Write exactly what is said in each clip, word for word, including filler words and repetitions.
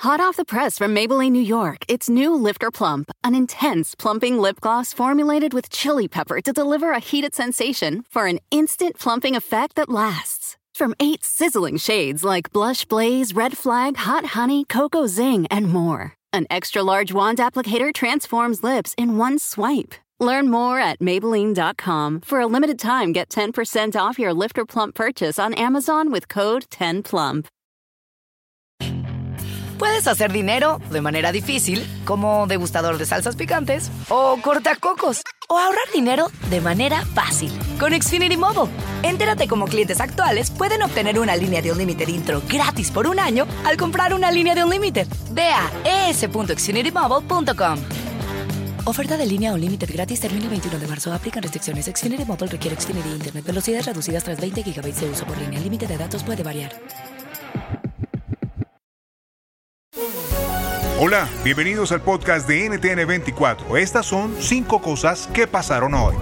Hot off the press from Maybelline, New York, it's new Lifter Plump, an intense plumping lip gloss formulated with chili pepper to deliver a heated sensation for an instant plumping effect that lasts. From eight sizzling shades like Blush Blaze, Red Flag, Hot Honey, Cocoa Zing, and more. An extra-large wand applicator transforms lips in one swipe. Learn more at Maybelline dot com. For a limited time, get ten percent off your Lifter Plump purchase on Amazon with code ten plump. Puedes hacer dinero de manera difícil, como degustador de salsas picantes, o cortacocos, o ahorrar dinero de manera fácil con Xfinity Mobile. Entérate cómo clientes actuales pueden obtener una línea de Unlimited intro gratis por un año al comprar una línea de Unlimited. Ve a e s punto xfinity mobile punto com. Oferta de línea Unlimited gratis termina el veintiuno de marzo. Aplican restricciones. Xfinity Mobile requiere Xfinity Internet. Velocidades reducidas tras veinte gigabytes de uso por línea. El límite de datos puede variar. Hola, bienvenidos al podcast de N T N veinticuatro. Estas son cinco cosas que pasaron hoy.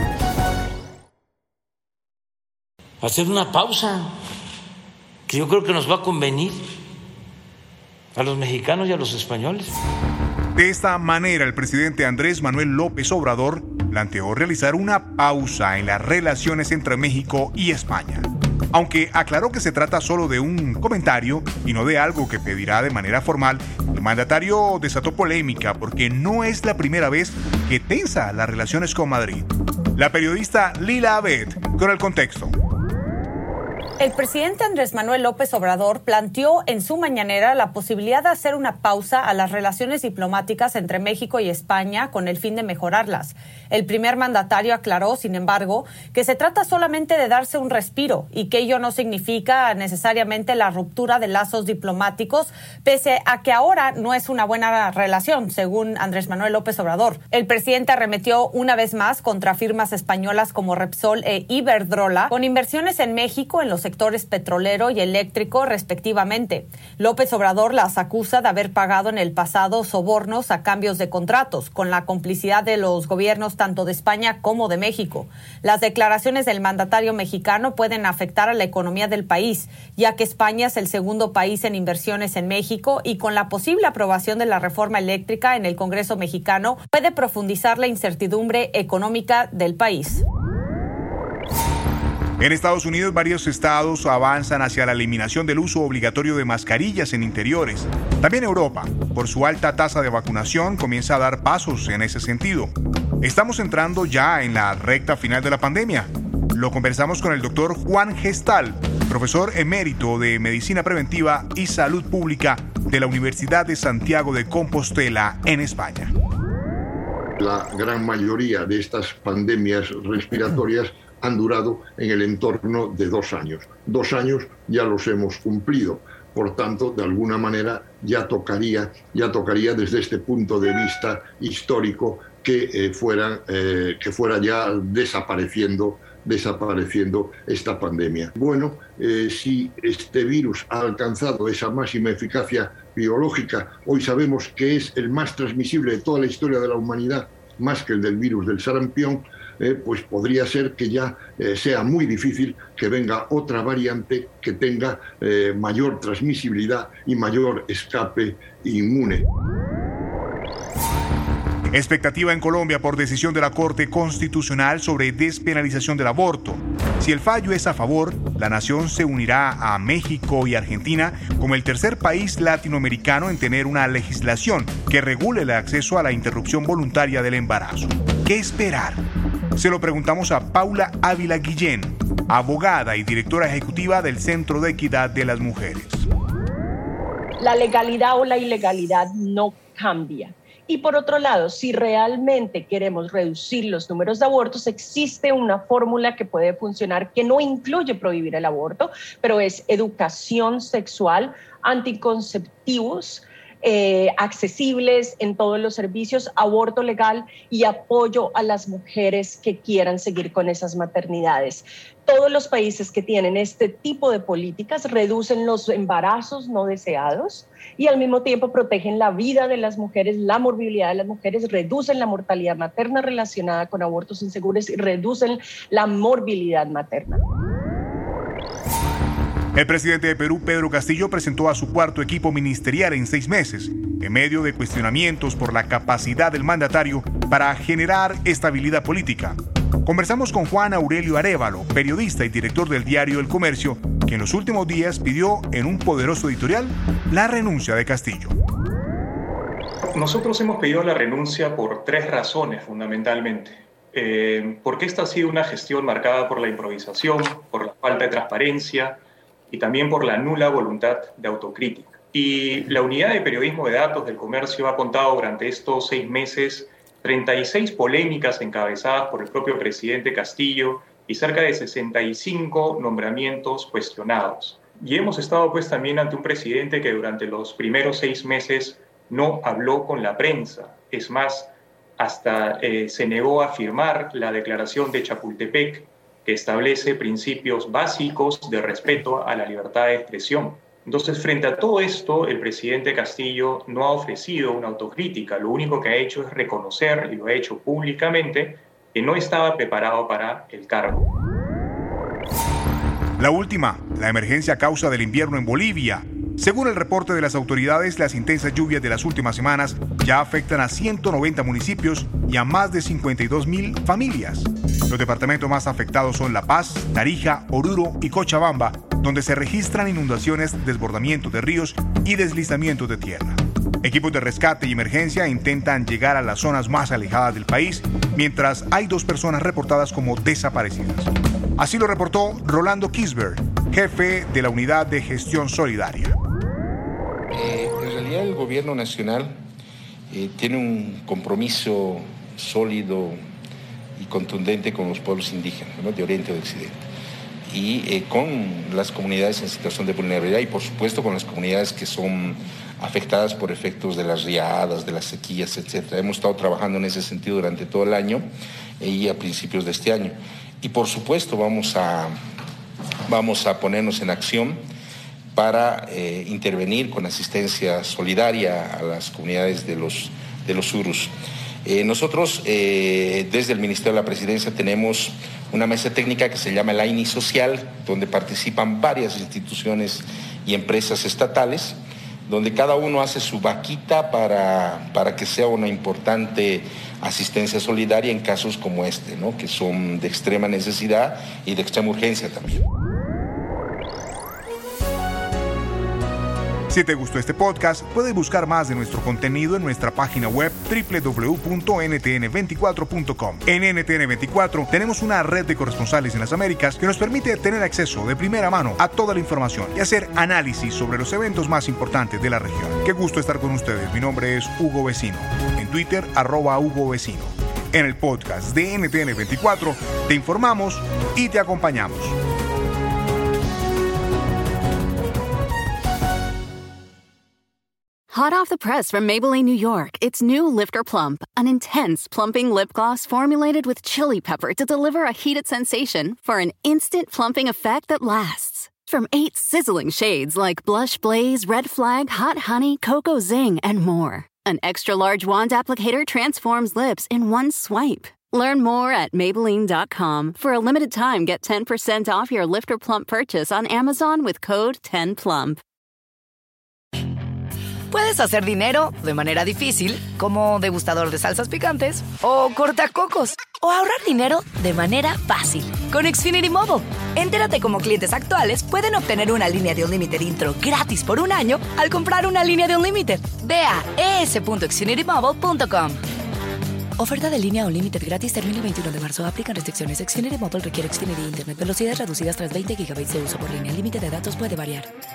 Hacer una pausa, que yo creo que nos va a convenir a los mexicanos y a los españoles. De esta manera, el presidente Andrés Manuel López Obrador planteó realizar una pausa en las relaciones entre México y España. Aunque aclaró que se trata solo de un comentario y no de algo que pedirá de manera formal, el mandatario desató polémica porque no es la primera vez que tensa las relaciones con Madrid. La periodista Lila Abed con el contexto. El presidente Andrés Manuel López Obrador planteó en su mañanera la posibilidad de hacer una pausa a las relaciones diplomáticas entre México y España con el fin de mejorarlas. El primer mandatario aclaró, sin embargo, que se trata solamente de darse un respiro y que ello no significa necesariamente la ruptura de lazos diplomáticos, pese a que ahora no es una buena relación, según Andrés Manuel López Obrador. El presidente arremetió una vez más contra firmas españolas como Repsol e Iberdrola, con inversiones en México en los sectores petrolero y eléctrico, respectivamente. López Obrador las acusa de haber pagado en el pasado sobornos a cambios de contratos, con la complicidad de los gobiernos tanto de España como de México. Las declaraciones del mandatario mexicano pueden afectar a la economía del país, ya que España es el segundo país en inversiones en México y con la posible aprobación de la reforma eléctrica en el Congreso mexicano puede profundizar la incertidumbre económica del país. En Estados Unidos, varios estados avanzan hacia la eliminación del uso obligatorio de mascarillas en interiores. También Europa, por su alta tasa de vacunación, comienza a dar pasos en ese sentido. Estamos entrando ya en la recta final de la pandemia. Lo conversamos con el doctor Juan Gestal, profesor emérito de Medicina Preventiva y Salud Pública de la Universidad de Santiago de Compostela, en España. La gran mayoría de estas pandemias respiratorias han durado en el entorno de dos años. Dos años ya los hemos cumplido. Por tanto, de alguna manera ya tocaría, ya tocaría desde este punto de vista histórico que, eh, fuera, eh, que fuera ya desapareciendo, desapareciendo esta pandemia. Bueno, eh, si este virus ha alcanzado esa máxima eficacia biológica, hoy sabemos que es el más transmisible de toda la historia de la humanidad, más que el del virus del sarampión, Eh, pues podría ser que ya eh, sea muy difícil que venga otra variante que tenga eh, mayor transmisibilidad y mayor escape inmune. Expectativa en Colombia por decisión de la Corte Constitucional sobre despenalización del aborto. Si el fallo es a favor, la nación se unirá a México y Argentina como el tercer país latinoamericano en tener una legislación que regule el acceso a la interrupción voluntaria del embarazo. ¿Qué esperar? Se lo preguntamos a Paula Ávila Guillén, abogada y directora ejecutiva del Centro de Equidad de las Mujeres. La legalidad o la ilegalidad no cambia. Y por otro lado, si realmente queremos reducir los números de abortos, existe una fórmula que puede funcionar que no incluye prohibir el aborto, pero es educación sexual, anticonceptivos, Eh, accesibles en todos los servicios, aborto legal y apoyo a las mujeres que quieran seguir con esas maternidades. Todos los países que tienen este tipo de políticas reducen los embarazos no deseados y al mismo tiempo protegen la vida de las mujeres, la morbilidad de las mujeres, reducen la mortalidad materna relacionada con abortos inseguros y reducen la morbilidad materna. El presidente de Perú, Pedro Castillo, presentó a su cuarto equipo ministerial en seis meses, en medio de cuestionamientos por la capacidad del mandatario para generar estabilidad política. Conversamos con Juan Aurelio Arévalo, periodista y director del diario El Comercio, que en los últimos días pidió en un poderoso editorial la renuncia de Castillo. Nosotros hemos pedido la renuncia por tres razones fundamentalmente. Eh, porque esta ha sido una gestión marcada por la improvisación, por la falta de transparencia y también por la nula voluntad de autocrítica. Y la unidad de periodismo de datos del Comercio ha contado durante estos seis meses treinta y seis polémicas encabezadas por el propio presidente Castillo y cerca de sesenta y cinco nombramientos cuestionados. Y hemos estado pues también ante un presidente que durante los primeros seis meses no habló con la prensa. Es más, hasta eh, se negó a firmar la declaración de Chapultepec, que establece principios básicos de respeto a la libertad de expresión. Entonces, frente a todo esto, el presidente Castillo no ha ofrecido una autocrítica. Lo único que ha hecho es reconocer, y lo ha hecho públicamente, que no estaba preparado para el cargo. La última, la emergencia a causa del invierno en Bolivia. Según el reporte de las autoridades, las intensas lluvias de las últimas semanas ya afectan a ciento noventa municipios y a más de cincuenta y dos mil familias. Los departamentos más afectados son La Paz, Tarija, Oruro y Cochabamba, donde se registran inundaciones, desbordamientos de ríos y deslizamientos de tierra. Equipos de rescate y emergencia intentan llegar a las zonas más alejadas del país, mientras hay dos personas reportadas como desaparecidas. Así lo reportó Rolando Kisberg, jefe de la Unidad de Gestión Solidaria. Eh, en realidad el gobierno nacional eh, tiene un compromiso sólido y contundente con los pueblos indígenas, ¿no?, de Oriente y de Occidente, y eh, con las comunidades en situación de vulnerabilidad y por supuesto con las comunidades que son afectadas por efectos de las riadas, de las sequías, etcétera. Hemos estado trabajando en ese sentido durante todo el año eh, y a principios de este año. Y por supuesto vamos a, vamos a ponernos en acción para eh, intervenir con asistencia solidaria a las comunidades de los, de los surus. Eh, nosotros, eh, desde el Ministerio de la Presidencia, tenemos una mesa técnica que se llama el A I N I Social, donde participan varias instituciones y empresas estatales, donde cada uno hace su vaquita para, para que sea una importante asistencia solidaria en casos como este, ¿no?, que son de extrema necesidad y de extrema urgencia también. Si te gustó este podcast, puedes buscar más de nuestro contenido en nuestra página web doble u doble u doble u punto ene te ene veinticuatro punto com. En N T N veinticuatro tenemos una red de corresponsales en las Américas que nos permite tener acceso de primera mano a toda la información y hacer análisis sobre los eventos más importantes de la región. Qué gusto estar con ustedes. Mi nombre es Hugo Vecino. En Twitter, arroba Hugo Vecino. En el podcast de N T N veinticuatro te informamos y te acompañamos. Hot off the press from Maybelline, New York, it's new Lifter Plump, an intense plumping lip gloss formulated with chili pepper to deliver a heated sensation for an instant plumping effect that lasts. From eight sizzling shades like Blush Blaze, Red Flag, Hot Honey, Cocoa Zing, and more. An extra-large wand applicator transforms lips in one swipe. Learn more at Maybelline dot com. For a limited time, get ten percent off your Lifter Plump purchase on Amazon with code ten plump. Puedes hacer dinero de manera difícil, como degustador de salsas picantes, o cortacocos, o ahorrar dinero de manera fácil con Xfinity Mobile. Entérate cómo clientes actuales pueden obtener una línea de Unlimited intro gratis por un año al comprar una línea de Unlimited. Ve a e s punto xfinity mobile punto com. Oferta de línea Unlimited gratis termina el veintiuno de marzo. Aplican restricciones. Xfinity Mobile requiere Xfinity Internet. Velocidades reducidas tras veinte gigabytes de uso por línea. El límite de datos puede variar.